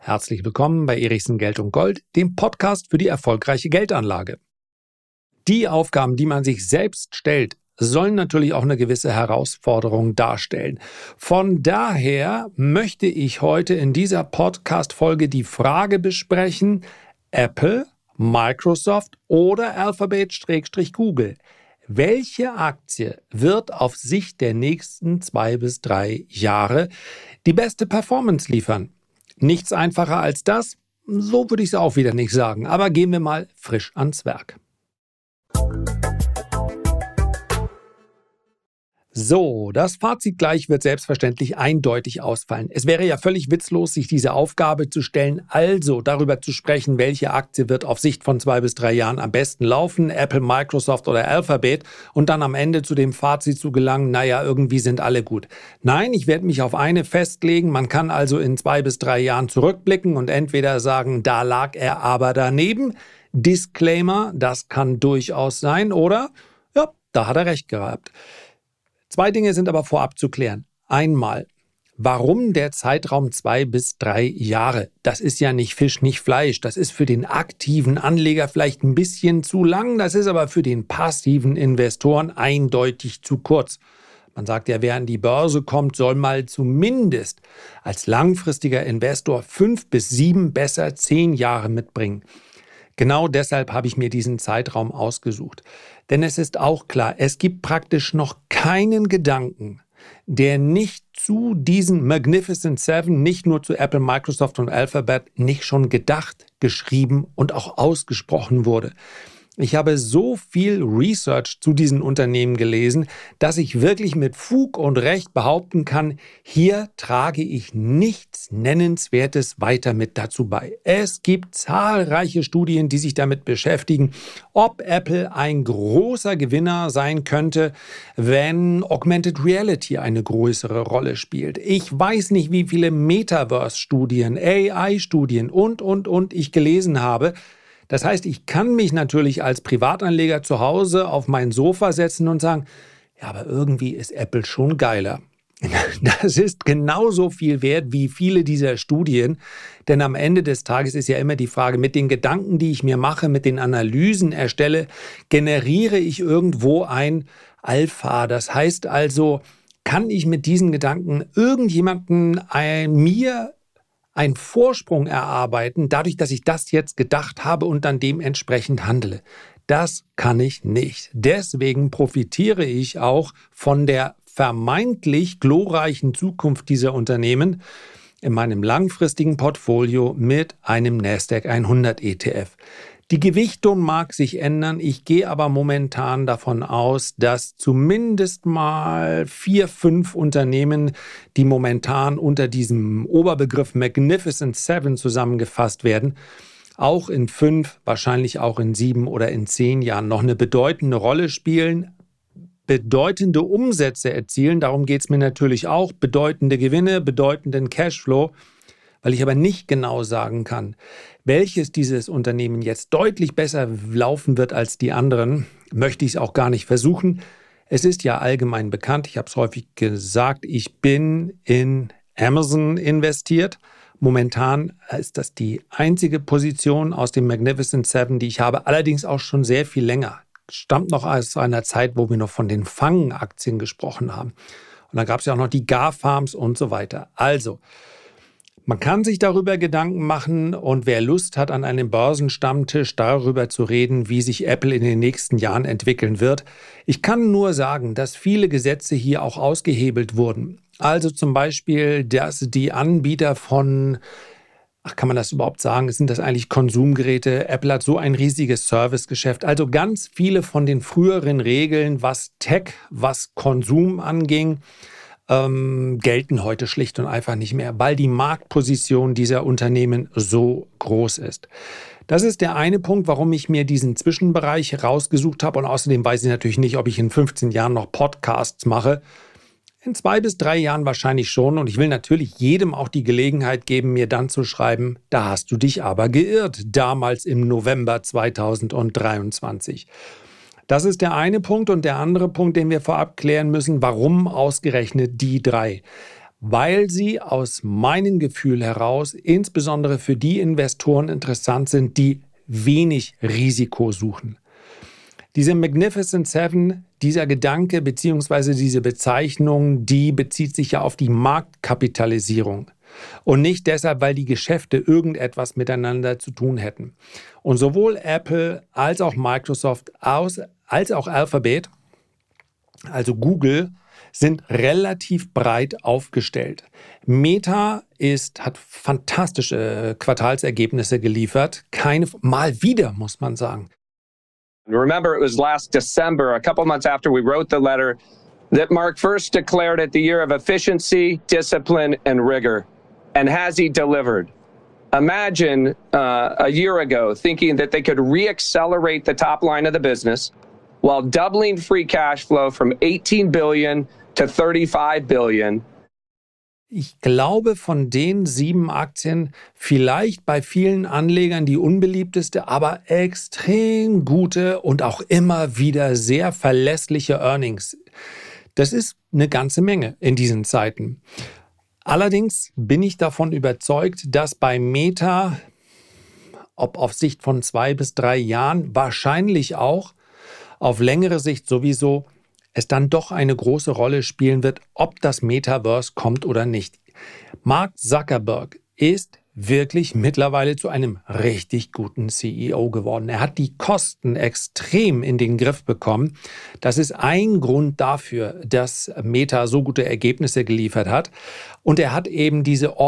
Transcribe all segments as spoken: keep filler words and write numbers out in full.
Herzlich willkommen bei Erichsen Geld und Gold, dem Podcast für die erfolgreiche Geldanlage. Die Aufgaben, die man sich selbst stellt, sollen natürlich auch eine gewisse Herausforderung darstellen. Von daher möchte ich heute in dieser Podcast-Folge die Frage besprechen: Apple, Microsoft oder Alphabet-Google. Welche Aktie wird auf Sicht der nächsten zwei bis drei Jahre die beste Performance liefern? Nichts einfacher als das, so würde ich es auch wieder nicht sagen. Aber gehen wir mal frisch ans Werk. So, das Fazit gleich wird selbstverständlich eindeutig ausfallen. Es wäre ja völlig witzlos, sich diese Aufgabe zu stellen, also darüber zu sprechen, welche Aktie wird auf Sicht von zwei bis drei Jahren am besten laufen, Apple, Microsoft oder Alphabet, und dann am Ende zu dem Fazit zu gelangen, naja, irgendwie sind alle gut. Nein, ich werde mich auf eine festlegen. Man kann also in zwei bis drei Jahren zurückblicken und entweder sagen, da lag er aber daneben. Disclaimer, das kann durchaus sein, oder ja, da hat er recht gehabt. Zwei Dinge sind aber vorab zu klären. Einmal, warum der Zeitraum zwei bis drei Jahre? Das ist ja nicht Fisch, nicht Fleisch. Das ist für den aktiven Anleger vielleicht ein bisschen zu lang. Das ist aber für den passiven Investoren eindeutig zu kurz. Man sagt ja, wer an die Börse kommt, soll mal zumindest als langfristiger Investor fünf bis sieben, besser zehn Jahre mitbringen. Genau deshalb habe ich mir diesen Zeitraum ausgesucht. Denn es ist auch klar, es gibt praktisch noch keinen Gedanken, der nicht zu diesen Magnificent Seven, nicht nur zu Apple, Microsoft und Alphabet, nicht schon gedacht, geschrieben und auch ausgesprochen wurde. Ich habe so viel Research zu diesen Unternehmen gelesen, dass ich wirklich mit Fug und Recht behaupten kann, hier trage ich nichts Nennenswertes weiter mit dazu bei. Es gibt zahlreiche Studien, die sich damit beschäftigen, ob Apple ein großer Gewinner sein könnte, wenn Augmented Reality eine größere Rolle spielt. Ich weiß nicht, wie viele Metaverse-Studien, A I-Studien und, und, und ich gelesen habe. Das heißt, ich kann mich natürlich als Privatanleger zu Hause auf mein Sofa setzen und sagen, ja, aber irgendwie ist Apple schon geiler. Das ist genauso viel wert wie viele dieser Studien, denn am Ende des Tages ist ja immer die Frage, mit den Gedanken, die ich mir mache, mit den Analysen erstelle, generiere ich irgendwo ein Alpha. Das heißt also, kann ich mit diesen Gedanken irgendjemanden ein, mir einen Vorsprung erarbeiten, dadurch, dass ich das jetzt gedacht habe und dann dementsprechend handle. Das kann ich nicht. Deswegen profitiere ich auch von der vermeintlich glorreichen Zukunft dieser Unternehmen in meinem langfristigen Portfolio mit einem Nasdaq hundert E T F. Die Gewichtung mag sich ändern, ich gehe aber momentan davon aus, dass zumindest mal vier, fünf Unternehmen, die momentan unter diesem Oberbegriff Magnificent Seven zusammengefasst werden, auch in fünf, wahrscheinlich auch in sieben oder in zehn Jahren noch eine bedeutende Rolle spielen, bedeutende Umsätze erzielen, darum geht es mir natürlich auch, bedeutende Gewinne, bedeutenden Cashflow. Weil ich aber nicht genau sagen kann, welches dieses Unternehmen jetzt deutlich besser laufen wird als die anderen, möchte ich es auch gar nicht versuchen. Es ist ja allgemein bekannt, ich habe es häufig gesagt, ich bin in Amazon investiert. Momentan ist das die einzige Position aus dem Magnificent Seven, die ich habe, allerdings auch schon sehr viel länger. Stammt noch aus einer Zeit, wo wir noch von den Fang-Aktien gesprochen haben. Und dann gab es ja auch noch die GAFAMs und so weiter. Also, man kann sich darüber Gedanken machen und wer Lust hat, an einem Börsenstammtisch darüber zu reden, wie sich Apple in den nächsten Jahren entwickeln wird. Ich kann nur sagen, dass viele Gesetze hier auch ausgehebelt wurden. Also zum Beispiel, dass die Anbieter von, ach, kann man das überhaupt sagen, sind das eigentlich Konsumgeräte? Apple hat so ein riesiges Servicegeschäft. Also ganz viele von den früheren Regeln, was Tech, was Konsum anging, Ähm, gelten heute schlicht und einfach nicht mehr, weil die Marktposition dieser Unternehmen so groß ist. Das ist der eine Punkt, warum ich mir diesen Zwischenbereich rausgesucht habe. Und außerdem weiß ich natürlich nicht, ob ich in fünfzehn Jahren noch Podcasts mache. In zwei bis drei Jahren wahrscheinlich schon. Und ich will natürlich jedem auch die Gelegenheit geben, mir dann zu schreiben, da hast du dich aber geirrt, damals im November zweitausenddreiundzwanzig. Das ist der eine Punkt. Und der andere Punkt, den wir vorab klären müssen, warum ausgerechnet die drei? weil sie aus meinem Gefühl heraus insbesondere für die Investoren interessant sind, die wenig Risiko suchen. Diese Magnificent Seven, dieser Gedanke bzw. diese Bezeichnung, die bezieht sich ja auf die Marktkapitalisierung und nicht deshalb, weil die Geschäfte irgendetwas miteinander zu tun hätten. Und sowohl Apple als auch Microsoft als auch Alphabet, also Google, sind relativ breit aufgestellt. Meta ist, hat fantastische Quartalsergebnisse geliefert. Keine, mal wieder, muss man sagen. Remember, it was last December, a couple months after we wrote the letter, that Mark first declared it the year of efficiency, discipline, and rigor. And has he delivered? Imagine uh, a year ago thinking that they could re-accelerate the top line of the business while doubling free cash flow from eighteen billion to thirty-five billion. Ich glaube, von den sieben Aktien vielleicht bei vielen Anlegern die unbeliebteste, aber extrem gute und auch immer wieder sehr verlässliche Earnings. Das ist eine ganze Menge in diesen Zeiten. Allerdings bin ich davon überzeugt, dass bei Meta, ob auf Sicht von zwei bis drei Jahren, wahrscheinlich auch auf längere Sicht sowieso, es dann doch eine große Rolle spielen wird, ob das Metaverse kommt oder nicht. Mark Zuckerberg ist wirklich mittlerweile zu einem richtig guten C E O geworden. Er hat die Kosten extrem in den Griff bekommen. Das ist ein Grund dafür, dass Meta so gute Ergebnisse geliefert hat. Und er hat eben diese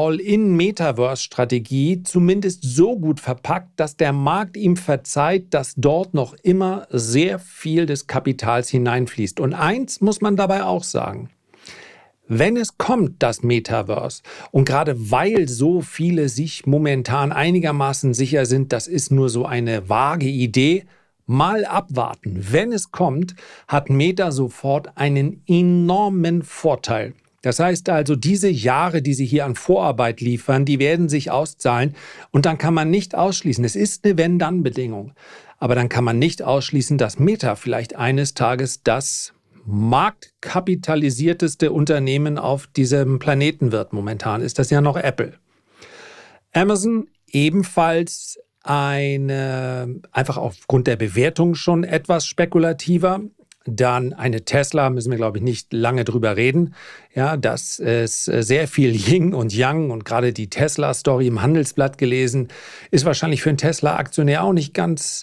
All-in-Metaverse-Strategie zumindest so gut verpackt, dass der Markt ihm verzeiht, dass dort noch immer sehr viel des Kapitals hineinfließt. Und eins muss man dabei auch sagen. Wenn es kommt, das Metaverse, und gerade weil so viele sich momentan einigermaßen sicher sind, das ist nur so eine vage Idee, mal abwarten. Wenn es kommt, hat Meta sofort einen enormen Vorteil. Das heißt also, diese Jahre, die sie hier an Vorarbeit liefern, die werden sich auszahlen und dann kann man nicht ausschließen, es ist eine Wenn-Dann-Bedingung, aber dann kann man nicht ausschließen, dass Meta vielleicht eines Tages das marktkapitalisierteste Unternehmen auf diesem Planeten wird. Momentan ist das ja noch Apple. Amazon ebenfalls eine, einfach aufgrund der Bewertung schon etwas spekulativer. Dann eine Tesla, müssen wir, glaube ich, nicht lange drüber reden. Ja, das ist sehr viel Yin und Yang und gerade die Tesla-Story im Handelsblatt gelesen, ist wahrscheinlich für einen Tesla-Aktionär auch nicht ganz...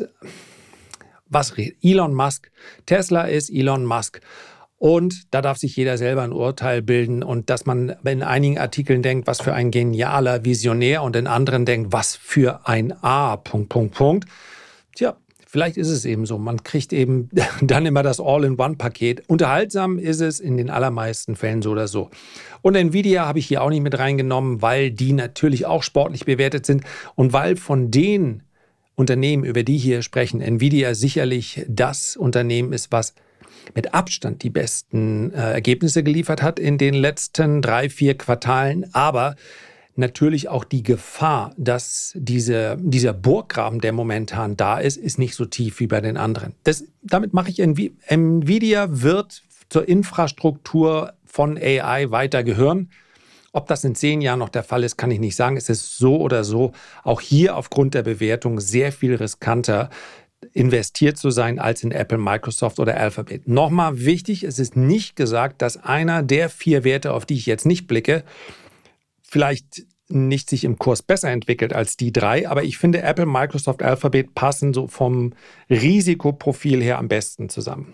Was redet? Elon Musk. Tesla ist Elon Musk. Und da darf sich jeder selber ein Urteil bilden. Und dass man in einigen Artikeln denkt, was für ein genialer Visionär und in anderen denkt, was für ein A, Punkt, Punkt, Punkt. Tja, vielleicht ist es eben so. Man kriegt eben dann immer das All-in-One-Paket. Unterhaltsam ist es in den allermeisten Fällen so oder so. Und Nvidia habe ich hier auch nicht mit reingenommen, weil die natürlich auch sportlich bewertet sind und weil von den Unternehmen, über die hier sprechen, Nvidia sicherlich das Unternehmen ist, was mit Abstand die besten äh, Ergebnisse geliefert hat in den letzten drei, vier Quartalen. Aber natürlich auch die Gefahr, dass diese, dieser Burggraben, der momentan da ist, ist nicht so tief wie bei den anderen. Das, damit mache ich Nv- Nvidia wird zur Infrastruktur von A I weiter gehören. Ob das in zehn Jahren noch der Fall ist, kann ich nicht sagen. Es ist so oder so auch hier aufgrund der Bewertung sehr viel riskanter investiert zu sein als in Apple, Microsoft oder Alphabet. Nochmal wichtig, es ist nicht gesagt, dass einer der vier Werte, auf die ich jetzt nicht blicke, vielleicht nicht sich im Kurs besser entwickelt als die drei. Aber ich finde, Apple, Microsoft, Alphabet passen so vom Risikoprofil her am besten zusammen.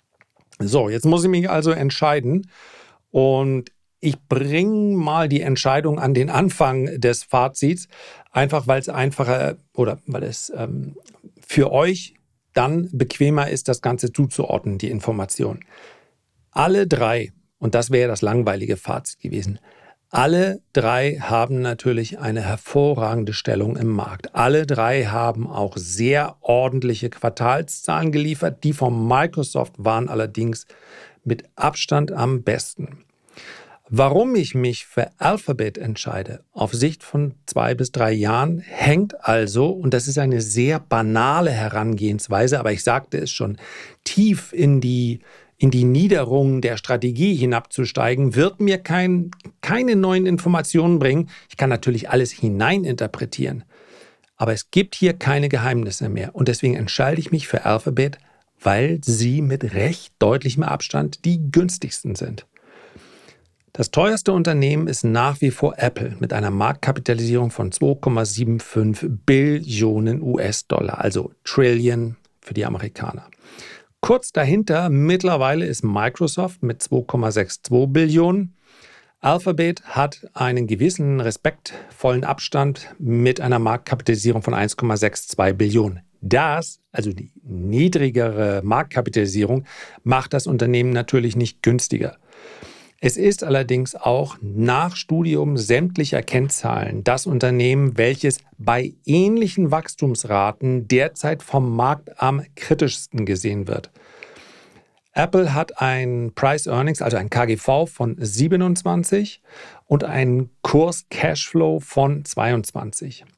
So, jetzt muss ich mich also entscheiden und ich bringe mal die Entscheidung an den Anfang des Fazits, einfach weil es einfacher oder weil es ähm, für euch dann bequemer ist, das Ganze zuzuordnen, die Information. Alle drei, und das wäre das langweilige Fazit gewesen, alle drei haben natürlich eine hervorragende Stellung im Markt. Alle drei haben auch sehr ordentliche Quartalszahlen geliefert. Die von Microsoft waren allerdings mit Abstand am besten. Warum ich mich für Alphabet entscheide, auf Sicht von zwei bis drei Jahren, hängt also, und das ist eine sehr banale Herangehensweise, aber ich sagte es schon, tief in die, in die Niederungen der Strategie hinabzusteigen, wird mir kein, keine neuen Informationen bringen. Ich kann natürlich alles hineininterpretieren. Aber es gibt hier keine Geheimnisse mehr. Und deswegen entscheide ich mich für Alphabet, weil sie mit recht deutlichem Abstand die günstigsten sind. Das teuerste Unternehmen ist nach wie vor Apple mit einer Marktkapitalisierung von zwei Komma fünfundsiebzig Billionen U S-Dollar, also Trillion für die Amerikaner. Kurz dahinter mittlerweile ist Microsoft mit zwei Komma zweiundsechzig Billionen. Alphabet hat einen gewissen respektvollen Abstand mit einer Marktkapitalisierung von eins Komma zweiundsechzig Billionen. Das, also die niedrigere Marktkapitalisierung, macht das Unternehmen natürlich nicht günstiger. Es ist allerdings auch nach Studium sämtlicher Kennzahlen das Unternehmen, welches bei ähnlichen Wachstumsraten derzeit vom Markt am kritischsten gesehen wird. Apple hat ein Price-Earnings, also ein K G V von siebenundzwanzig und einen Kurs-Cashflow von zweiundzwanzig.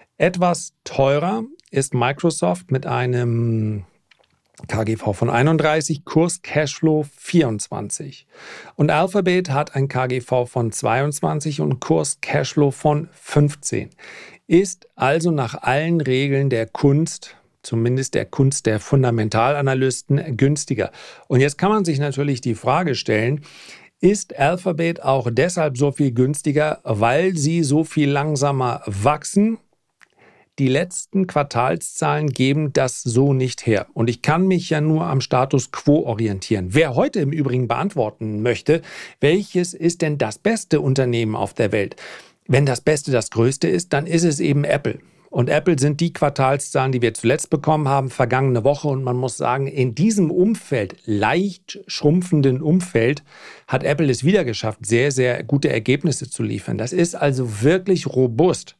Etwas teurer ist Microsoft mit einem K G V von einunddreißig, Kurs Cashflow vierundzwanzig. Und Alphabet hat ein K G V von zweiundzwanzig und Kurs Cashflow von fünfzehn. Ist also nach allen Regeln der Kunst, zumindest der Kunst der Fundamentalanalysten, günstiger. Und jetzt kann man sich natürlich die Frage stellen, ist Alphabet auch deshalb so viel günstiger, weil sie so viel langsamer wachsen? Die letzten Quartalszahlen geben das so nicht her. Und ich kann mich ja nur am Status quo orientieren. Wer heute im Übrigen beantworten möchte, welches ist denn das beste Unternehmen auf der Welt? Wenn das Beste das Größte ist, dann ist es eben Apple. Und Apple sind die Quartalszahlen, die wir zuletzt bekommen haben, vergangene Woche. Und man muss sagen, in diesem Umfeld, leicht schrumpfenden Umfeld, hat Apple es wieder geschafft, sehr, sehr gute Ergebnisse zu liefern. Das ist also wirklich robust.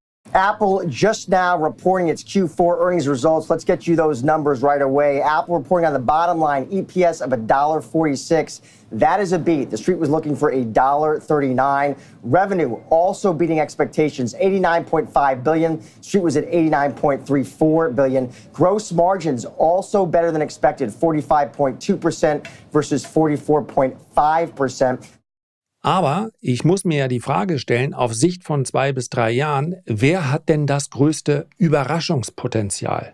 Apple just now reporting its Q four earnings results. Let's get you those numbers right away. Apple reporting on the bottom line E P S of one dollar forty-six. That is a beat. The street was looking for one dollar thirty-nine. Revenue also beating expectations, eighty-nine point five billion dollars. Street was at eighty-nine point three four billion dollars. Gross margins also better than expected, forty-five point two percent versus forty-four point five percent. Aber ich muss mir ja die Frage stellen, auf Sicht von zwei bis drei Jahren, wer hat denn das größte Überraschungspotenzial?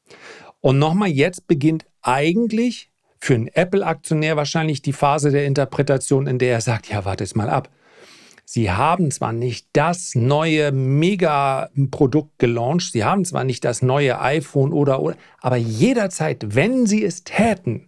Und nochmal, jetzt beginnt eigentlich für einen Apple-Aktionär wahrscheinlich die Phase der Interpretation, in der er sagt, ja, warte es mal ab. Sie haben zwar nicht das neue Mega-Produkt gelauncht, Sie haben zwar nicht das neue iPhone oder, oder, aber jederzeit, wenn Sie es täten,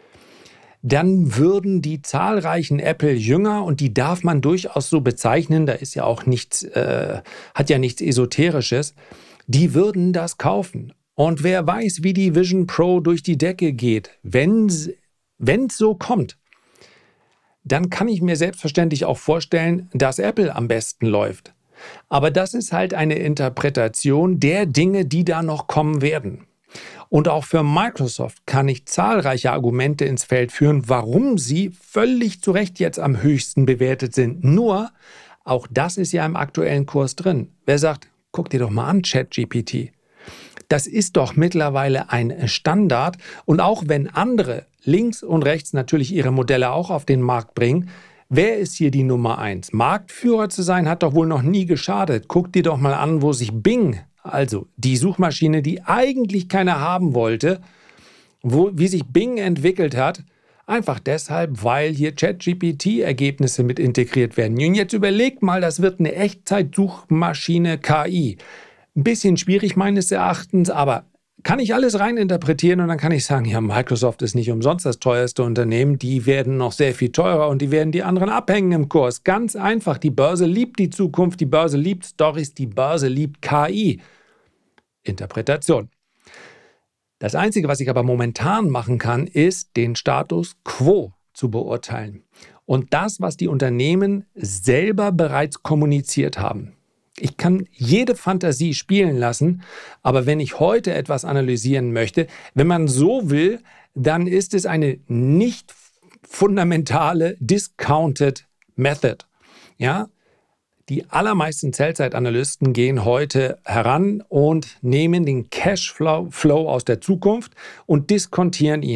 dann würden die zahlreichen Apple-Jünger, und die darf man durchaus so bezeichnen, da ist ja auch nichts, äh, hat ja nichts Esoterisches, die würden das kaufen. Und wer weiß, wie die Vision Pro durch die Decke geht, wenn es so kommt, dann kann ich mir selbstverständlich auch vorstellen, dass Apple am besten läuft. Aber das ist halt eine Interpretation der Dinge, die da noch kommen werden. Und auch für Microsoft kann ich zahlreiche Argumente ins Feld führen, warum sie völlig zu Recht jetzt am höchsten bewertet sind. Nur, auch das ist ja im aktuellen Kurs drin. Wer sagt, guck dir doch mal an, ChatGPT. Das ist doch mittlerweile ein Standard. Und auch wenn andere links und rechts natürlich ihre Modelle auch auf den Markt bringen, wer ist hier die Nummer eins? Marktführer zu sein, hat doch wohl noch nie geschadet. Guck dir doch mal an, wo sich Bing, also die Suchmaschine, die eigentlich keiner haben wollte, wo, wie sich Bing entwickelt hat, einfach deshalb, weil hier ChatGPT-Ergebnisse mit integriert werden. Und jetzt überlegt mal, das wird eine Echtzeitsuchmaschine K I. Ein bisschen schwierig meines Erachtens, aber kann ich alles reininterpretieren und dann kann ich sagen, ja, Microsoft ist nicht umsonst das teuerste Unternehmen, die werden noch sehr viel teurer und die werden die anderen abhängen im Kurs. Ganz einfach, die Börse liebt die Zukunft, die Börse liebt Storys, die Börse liebt K I. Interpretation. Das Einzige, was ich aber momentan machen kann, ist, den Status quo zu beurteilen. Und das, was die Unternehmen selber bereits kommuniziert haben. Ich kann jede Fantasie spielen lassen, aber wenn ich heute etwas analysieren möchte, wenn man so will, dann ist es eine nicht fundamentale Discounted Method. Ja? Die allermeisten Sell-Side-Analysten gehen heute heran und nehmen den Cashflow Flow aus der Zukunft und diskontieren ihn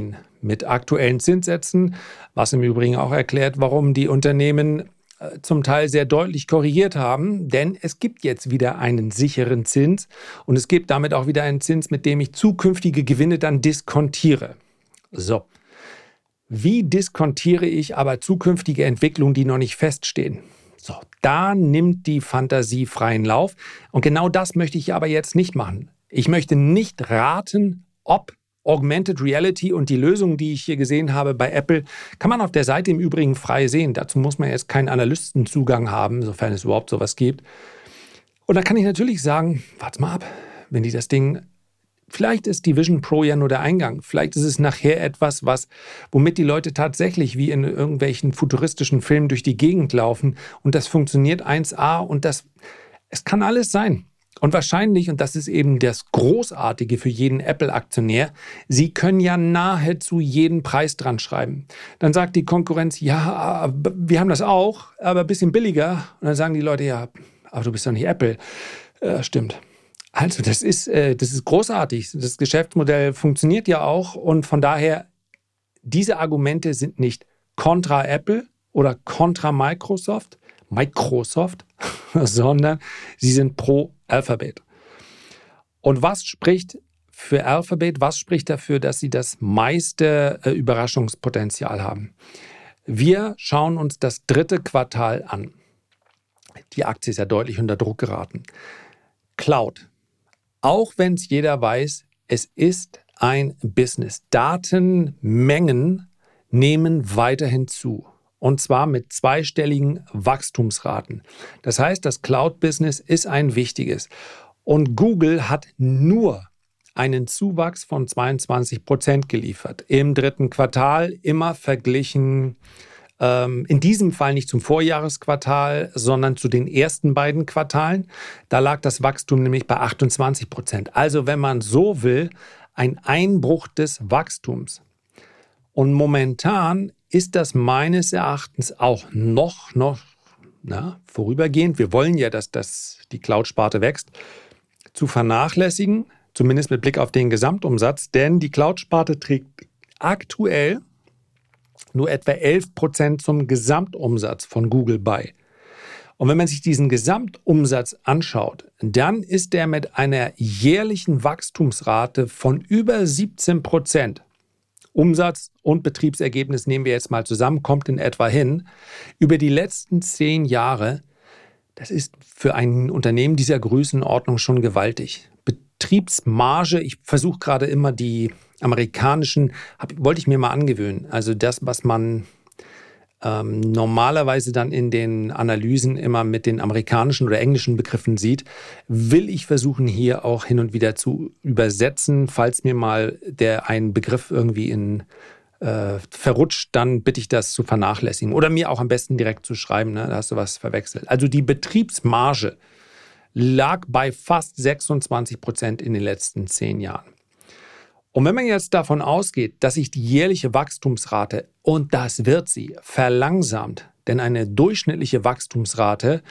mit aktuellen Zinssätzen, was im Übrigen auch erklärt, warum die Unternehmen zum Teil sehr deutlich korrigiert haben, denn es gibt jetzt wieder einen sicheren Zins und es gibt damit auch wieder einen Zins, mit dem ich zukünftige Gewinne dann diskontiere. So, wie diskontiere ich aber zukünftige Entwicklungen, die noch nicht feststehen? So, da nimmt die Fantasie freien Lauf und genau das möchte ich aber jetzt nicht machen. Ich möchte nicht raten, ob Augmented Reality und die Lösungen, die ich hier gesehen habe bei Apple, kann man auf der Seite im Übrigen frei sehen. Dazu muss man jetzt keinen Analystenzugang haben, sofern es überhaupt sowas gibt. Und da kann ich natürlich sagen, warte mal ab, wenn die das Ding, vielleicht ist die Vision Pro ja nur der Eingang. Vielleicht ist es nachher etwas, was, womit die Leute tatsächlich wie in irgendwelchen futuristischen Filmen durch die Gegend laufen und das funktioniert eins A und das, es kann alles sein. Und wahrscheinlich, und das ist eben das Großartige für jeden Apple-Aktionär, sie können ja nahezu jeden Preis dran schreiben. Dann sagt die Konkurrenz, ja, wir haben das auch, aber ein bisschen billiger. Und dann sagen die Leute, ja, aber du bist doch nicht Apple. Äh, stimmt. Also das ist, äh, das ist großartig. Das Geschäftsmodell funktioniert ja auch. Und von daher, diese Argumente sind nicht kontra Apple oder kontra Microsoft, Microsoft, sondern sie sind pro Alphabet. Und was spricht für Alphabet? Was spricht dafür, dass sie das meiste äh, Überraschungspotenzial haben? Wir schauen uns das dritte Quartal an. Die Aktie ist ja deutlich unter Druck geraten. Cloud. Auch wenn es jeder weiß, es ist ein Business. Datenmengen nehmen weiterhin zu. Und zwar mit zweistelligen Wachstumsraten. Das heißt, das Cloud-Business ist ein wichtiges. Und Google hat nur einen Zuwachs von zweiundzwanzig Prozent geliefert. Im dritten Quartal, immer verglichen, ähm, in diesem Fall nicht zum Vorjahresquartal, sondern zu den ersten beiden Quartalen. Da lag das Wachstum nämlich bei achtundzwanzig Prozent. Also wenn man so will, ein Einbruch des Wachstums. Und momentan ist das meines Erachtens auch noch, noch na, vorübergehend, wir wollen ja, dass das, die Cloud-Sparte wächst, zu vernachlässigen, zumindest mit Blick auf den Gesamtumsatz, denn die Cloud-Sparte trägt aktuell nur etwa elf Prozent zum Gesamtumsatz von Google bei. Und wenn man sich diesen Gesamtumsatz anschaut, dann ist der mit einer jährlichen Wachstumsrate von über siebzehn Prozent. Umsatz und Betriebsergebnis nehmen wir jetzt mal zusammen, kommt in etwa hin. Über die letzten zehn Jahre, das ist für ein Unternehmen dieser Größenordnung schon gewaltig. Betriebsmarge, ich versuche gerade immer die amerikanischen, hab, wollte ich mir mal angewöhnen. Also das, was man ähm, normalerweise dann in den Analysen immer mit den amerikanischen oder englischen Begriffen sieht, will ich versuchen, hier auch hin und wieder zu übersetzen. Falls mir mal der ein Begriff irgendwie in äh, verrutscht, dann bitte ich das zu vernachlässigen. Oder mir auch am besten direkt zu schreiben, ne? Da hast du was verwechselt. Also die Betriebsmarge lag bei fast sechsundzwanzig Prozent in den letzten zehn Jahren. Und wenn man jetzt davon ausgeht, dass sich die jährliche Wachstumsrate, und das wird sie, verlangsamt, denn eine durchschnittliche Wachstumsrate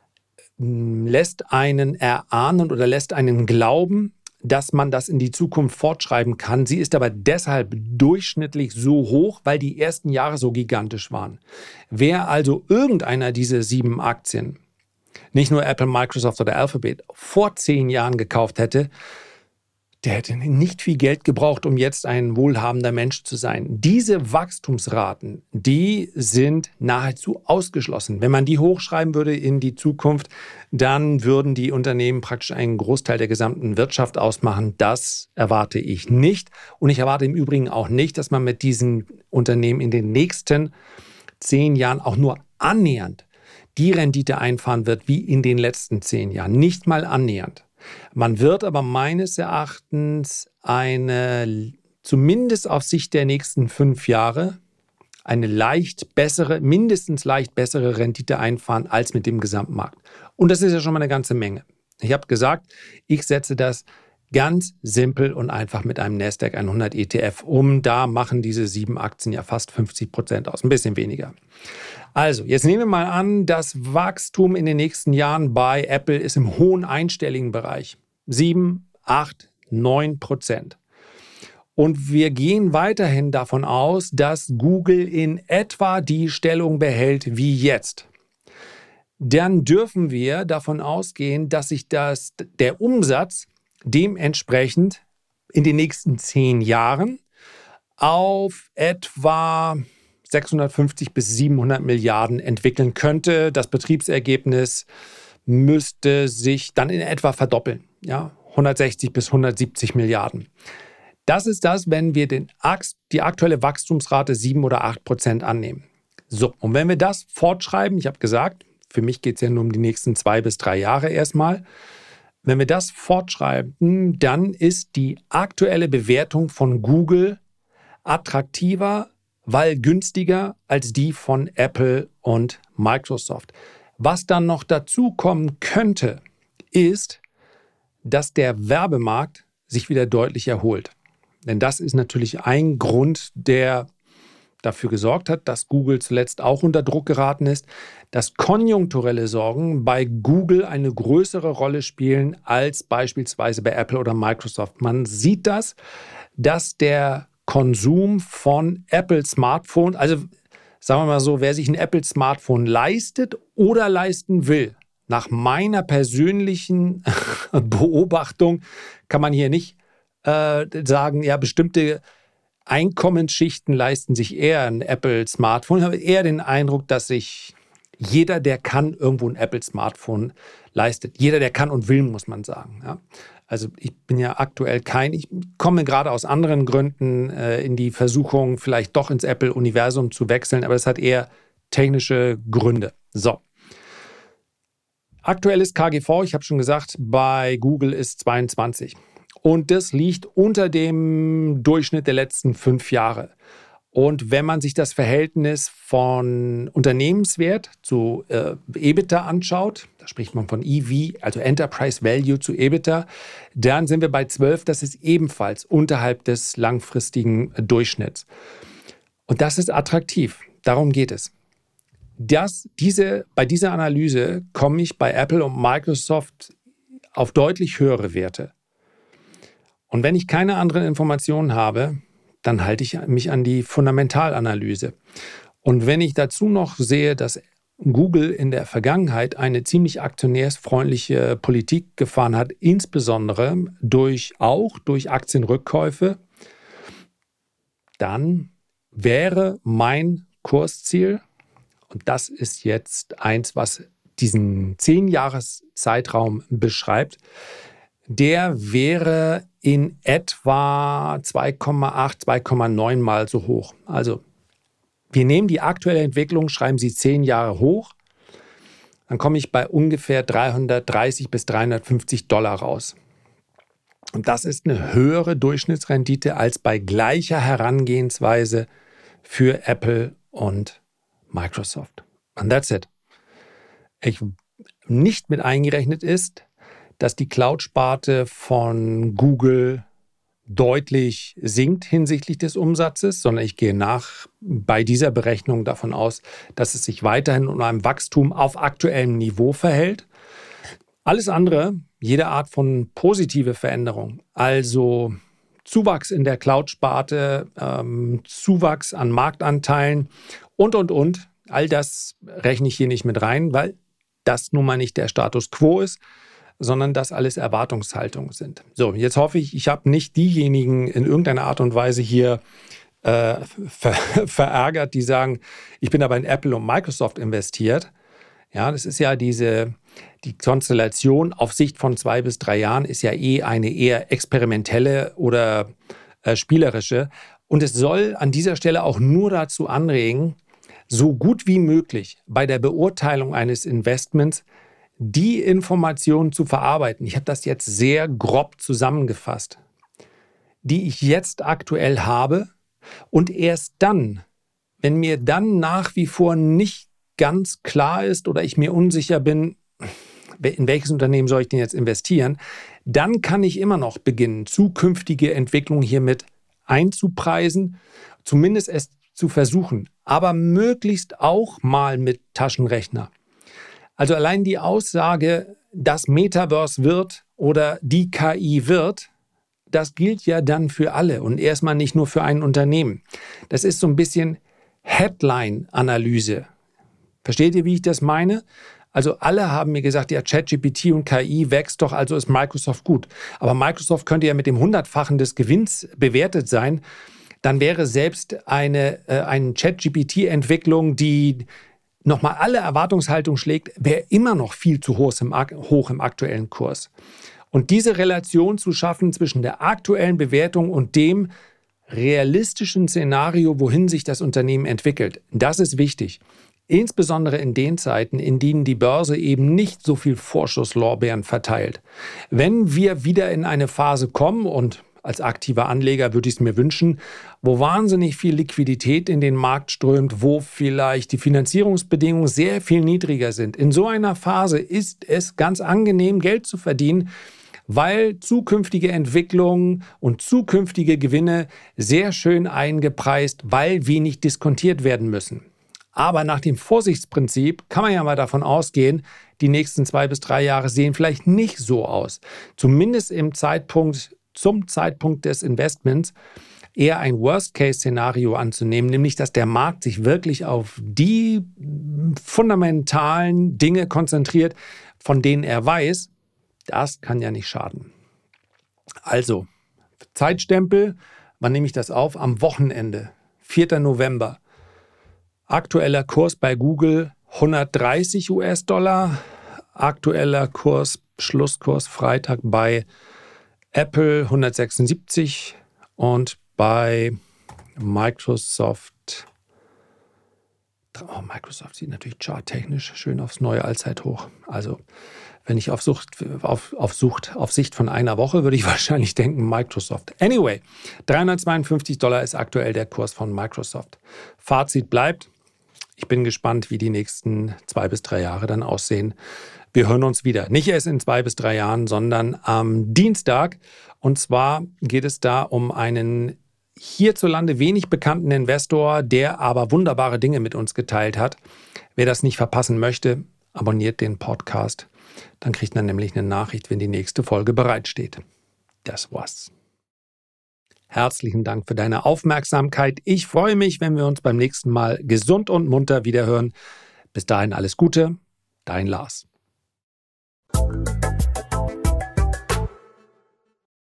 lässt einen erahnen oder lässt einen glauben, dass man das in die Zukunft fortschreiben kann. Sie ist aber deshalb durchschnittlich so hoch, weil die ersten Jahre so gigantisch waren. Wer also irgendeiner dieser sieben Aktien, nicht nur Apple, Microsoft oder Alphabet, vor zehn Jahren gekauft hätte, der hätte nicht viel Geld gebraucht, um jetzt ein wohlhabender Mensch zu sein. Diese Wachstumsraten, die sind nahezu ausgeschlossen. Wenn man die hochschreiben würde in die Zukunft, dann würden die Unternehmen praktisch einen Großteil der gesamten Wirtschaft ausmachen. Das erwarte ich nicht. Und ich erwarte im Übrigen auch nicht, dass man mit diesen Unternehmen in den nächsten zehn Jahren auch nur annähernd die Rendite einfahren wird wie in den letzten zehn Jahren. Nicht mal annähernd. Man wird aber meines Erachtens eine, zumindest auf Sicht der nächsten fünf Jahre, eine leicht bessere, mindestens leicht bessere Rendite einfahren als mit dem Gesamtmarkt. Und das ist ja schon mal eine ganze Menge. Ich habe gesagt, ich setze das ganz simpel und einfach mit einem Nasdaq hundert E T F um. Da machen diese sieben Aktien ja fast fünfzig Prozent aus, ein bisschen weniger. Also, jetzt nehmen wir mal an, das Wachstum in den nächsten Jahren bei Apple ist im hohen einstelligen Bereich. sieben, acht, neun Prozent. Und wir gehen weiterhin davon aus, dass Google in etwa die Stellung behält wie jetzt. Dann dürfen wir davon ausgehen, dass sich das, der Umsatz dementsprechend in den nächsten zehn Jahren auf etwa sechshundertfünfzig bis siebenhundert Milliarden entwickeln könnte. Das Betriebsergebnis müsste sich dann in etwa verdoppeln, ja, hundertsechzig bis hundertsiebzig Milliarden. Das ist das, wenn wir den, die aktuelle Wachstumsrate sieben oder acht Prozent annehmen. So, und wenn wir das fortschreiben, ich habe gesagt, für mich geht es ja nur um die nächsten zwei bis drei Jahre erstmal. Wenn wir das fortschreiben, dann ist die aktuelle Bewertung von Google attraktiver, weil günstiger als die von Apple und Microsoft. Was dann noch dazu kommen könnte, ist, dass der Werbemarkt sich wieder deutlich erholt. Denn das ist natürlich ein Grund, der dafür gesorgt hat, dass Google zuletzt auch unter Druck geraten ist, dass konjunkturelle Sorgen bei Google eine größere Rolle spielen als beispielsweise bei Apple oder Microsoft. Man sieht das, dass der Konsum von Apple-Smartphones, also sagen wir mal so, wer sich ein Apple-Smartphone leistet oder leisten will, nach meiner persönlichen Beobachtung kann man hier nicht äh, sagen, ja, bestimmte Einkommensschichten leisten sich eher ein Apple-Smartphone. Ich habe eher den Eindruck, dass sich jeder, der kann, irgendwo ein Apple-Smartphone leistet. Jeder, der kann und will, muss man sagen. Ja. Also ich bin ja aktuell kein, ich komme gerade aus anderen Gründen äh, in die Versuchung, vielleicht doch ins Apple-Universum zu wechseln, aber das hat eher technische Gründe. So. Aktuelles K G V, ich habe schon gesagt, bei Google ist zweiundzwanzig. Und das liegt unter dem Durchschnitt der letzten fünf Jahre. Und wenn man sich das Verhältnis von Unternehmenswert zu äh, EBITDA anschaut, da spricht man von E V, also Enterprise Value zu EBITDA, dann sind wir bei zwölf, das ist ebenfalls unterhalb des langfristigen Durchschnitts. Und das ist attraktiv, darum geht es. Das, diese, bei dieser Analyse komme ich bei Apple und Microsoft auf deutlich höhere Werte. Und wenn ich keine anderen Informationen habe, dann halte ich mich an die Fundamentalanalyse. Und wenn ich dazu noch sehe, dass Google in der Vergangenheit eine ziemlich aktionärsfreundliche Politik gefahren hat, insbesondere durch, auch durch Aktienrückkäufe, dann wäre mein Kursziel, und das ist jetzt eins, was diesen zehn-Jahres-Zeitraum beschreibt, der wäre in etwa zwei Komma acht, zwei Komma neun Mal so hoch. Also wir nehmen die aktuelle Entwicklung, schreiben sie zehn Jahre hoch, dann komme ich bei ungefähr dreihundertdreißig bis dreihundertfünfzig Dollar raus. Und das ist eine höhere Durchschnittsrendite als bei gleicher Herangehensweise für Apple und Microsoft. And that's it. Ich, nicht mit eingerechnet ist, dass die Cloud-Sparte von Google deutlich sinkt hinsichtlich des Umsatzes, sondern ich gehe nach bei dieser Berechnung davon aus, dass es sich weiterhin um ein Wachstum auf aktuellem Niveau verhält. Alles andere, jede Art von positive Veränderung, also Zuwachs in der Cloud-Sparte, ähm, Zuwachs an Marktanteilen und, und, und, all das rechne ich hier nicht mit rein, weil das nun mal nicht der Status quo ist, sondern das alles Erwartungshaltungen sind. So, jetzt hoffe ich, ich habe nicht diejenigen in irgendeiner Art und Weise hier äh, ver verärgert, die sagen, ich bin aber in Apple und Microsoft investiert. Ja, das ist ja diese, die Konstellation auf Sicht von zwei bis drei Jahren ist ja eh eine eher experimentelle oder äh, spielerische. Und es soll an dieser Stelle auch nur dazu anregen, so gut wie möglich bei der Beurteilung eines Investments die Informationen zu verarbeiten. Ich habe das jetzt sehr grob zusammengefasst, die ich jetzt aktuell habe. Und erst dann, wenn mir dann nach wie vor nicht ganz klar ist oder ich mir unsicher bin, in welches Unternehmen soll ich denn jetzt investieren, dann kann ich immer noch beginnen, zukünftige Entwicklungen hiermit einzupreisen, zumindest es zu versuchen, aber möglichst auch mal mit Taschenrechner. Also allein die Aussage, das Metaverse wird oder die K I wird, das gilt ja dann für alle und erstmal nicht nur für ein Unternehmen. Das ist so ein bisschen Headline-Analyse. Versteht ihr, wie ich das meine? Also alle haben mir gesagt, ja, ChatGPT und K I wächst doch, also ist Microsoft gut. Aber Microsoft könnte ja mit dem Hundertfachen des Gewinns bewertet sein. Dann wäre selbst eine, äh, eine ChatGPT-Entwicklung, die nochmal alle Erwartungshaltung schlägt, wäre immer noch viel zu hoch im, hoch im aktuellen Kurs. Und diese Relation zu schaffen zwischen der aktuellen Bewertung und dem realistischen Szenario, wohin sich das Unternehmen entwickelt, das ist wichtig. Insbesondere in den Zeiten, in denen die Börse eben nicht so viel Vorschusslorbeeren verteilt. Wenn wir wieder in eine Phase kommen, und als aktiver Anleger würde ich es mir wünschen, wo wahnsinnig viel Liquidität in den Markt strömt, wo vielleicht die Finanzierungsbedingungen sehr viel niedriger sind. In so einer Phase ist es ganz angenehm, Geld zu verdienen, weil zukünftige Entwicklungen und zukünftige Gewinne sehr schön eingepreist, weil wenig diskontiert werden müssen. Aber nach dem Vorsichtsprinzip kann man ja mal davon ausgehen, die nächsten zwei bis drei Jahre sehen vielleicht nicht so aus. Zumindest im Zeitpunkt, zum Zeitpunkt des Investments eher ein Worst-Case-Szenario anzunehmen, nämlich dass der Markt sich wirklich auf die fundamentalen Dinge konzentriert, von denen er weiß, das kann ja nicht schaden. Also, Zeitstempel, wann nehme ich das auf? Am Wochenende, vierter November. Aktueller Kurs bei Google hundertdreißig US-Dollar. Aktueller Kurs, Schlusskurs Freitag bei Apple hundertsechsundsiebzig und bei Microsoft. Oh, Microsoft sieht natürlich charttechnisch schön aufs neue Allzeithoch. Also wenn ich auf, Sucht, auf, auf, Sucht, auf Sicht von einer Woche würde ich wahrscheinlich denken Microsoft. Anyway, dreihundertzweiundfünfzig Dollar ist aktuell der Kurs von Microsoft. Fazit bleibt, ich bin gespannt, wie die nächsten zwei bis drei Jahre dann aussehen. Wir hören uns wieder. Nicht erst in zwei bis drei Jahren, sondern am Dienstag. Und zwar geht es da um einen hierzulande wenig bekannten Investor, der aber wunderbare Dinge mit uns geteilt hat. Wer das nicht verpassen möchte, abonniert den Podcast. Dann kriegt man nämlich eine Nachricht, wenn die nächste Folge bereitsteht. Das war's. Herzlichen Dank für deine Aufmerksamkeit. Ich freue mich, wenn wir uns beim nächsten Mal gesund und munter wiederhören. Bis dahin alles Gute, dein Lars.